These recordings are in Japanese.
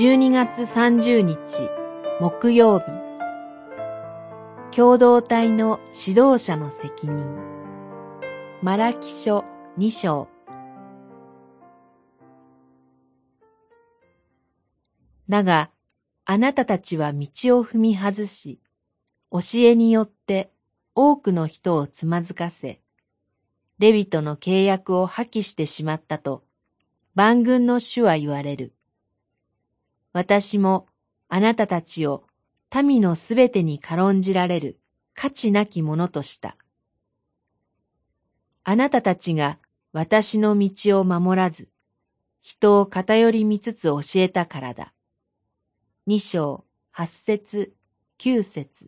12月30日木曜日、共同体の指導者の責任。マラキ書2章。だが、あなたたちは道を踏み外し、教えによって多くの人をつまずかせ、レビトの契約を破棄してしまったと、万軍の主は言われる。私もあなたたちを民のすべてに軽んじられる価値なきものとした。あなたたちが私の道を守らず、人を偏り見つつ教えたからだ。2章8節9節。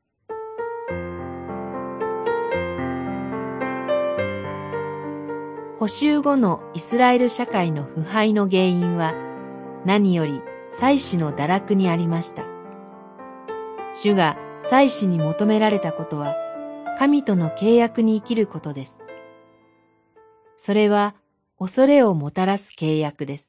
捕囚後のイスラエル社会の腐敗の原因は、何より祭司の堕落にありました。主が祭司に求められたことは、神との契約に生きることです。それは恐れをもたらす契約です。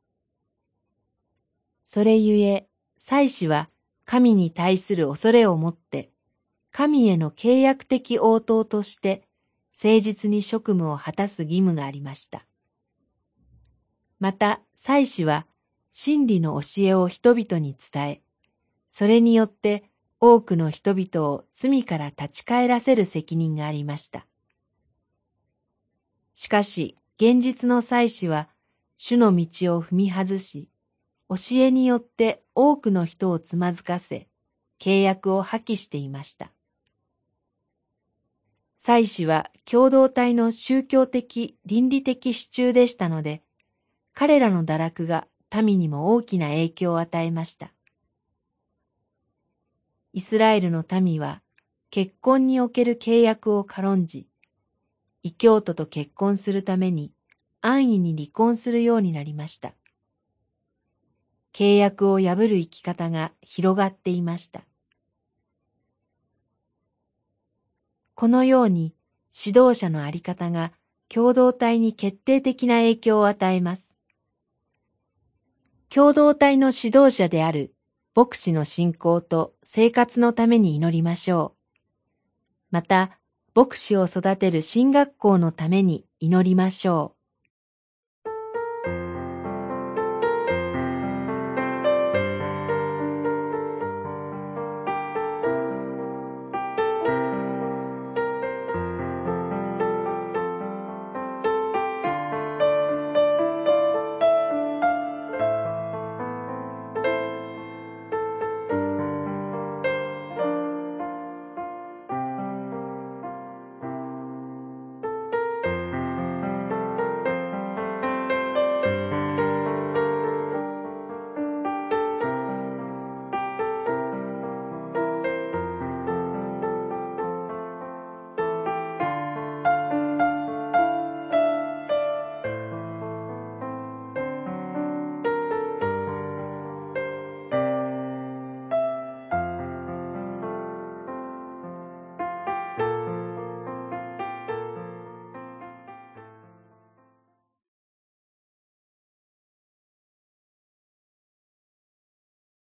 それゆえ、祭司は神に対する恐れをもって、神への契約的応答として、誠実に職務を果たす義務がありました。また、祭司は真理の教えを人々に伝え、それによって多くの人々を罪から立ち返らせる責任がありました。しかし、現実の祭司は主の道を踏み外し、教えによって多くの人をつまずかせ、契約を破棄していました。祭司は共同体の宗教的倫理的支柱でしたので、彼らの堕落が民にも大きな影響を与えました。イスラエルの民は結婚における契約を軽んじ、異教徒と結婚するために安易に離婚するようになりました。契約を破る生き方が広がっていました。このように指導者のあり方が共同体に決定的な影響を与えます。共同体の指導者である牧師の信仰と生活のために祈りましょう。また、牧師を育てる神学校のために祈りましょう。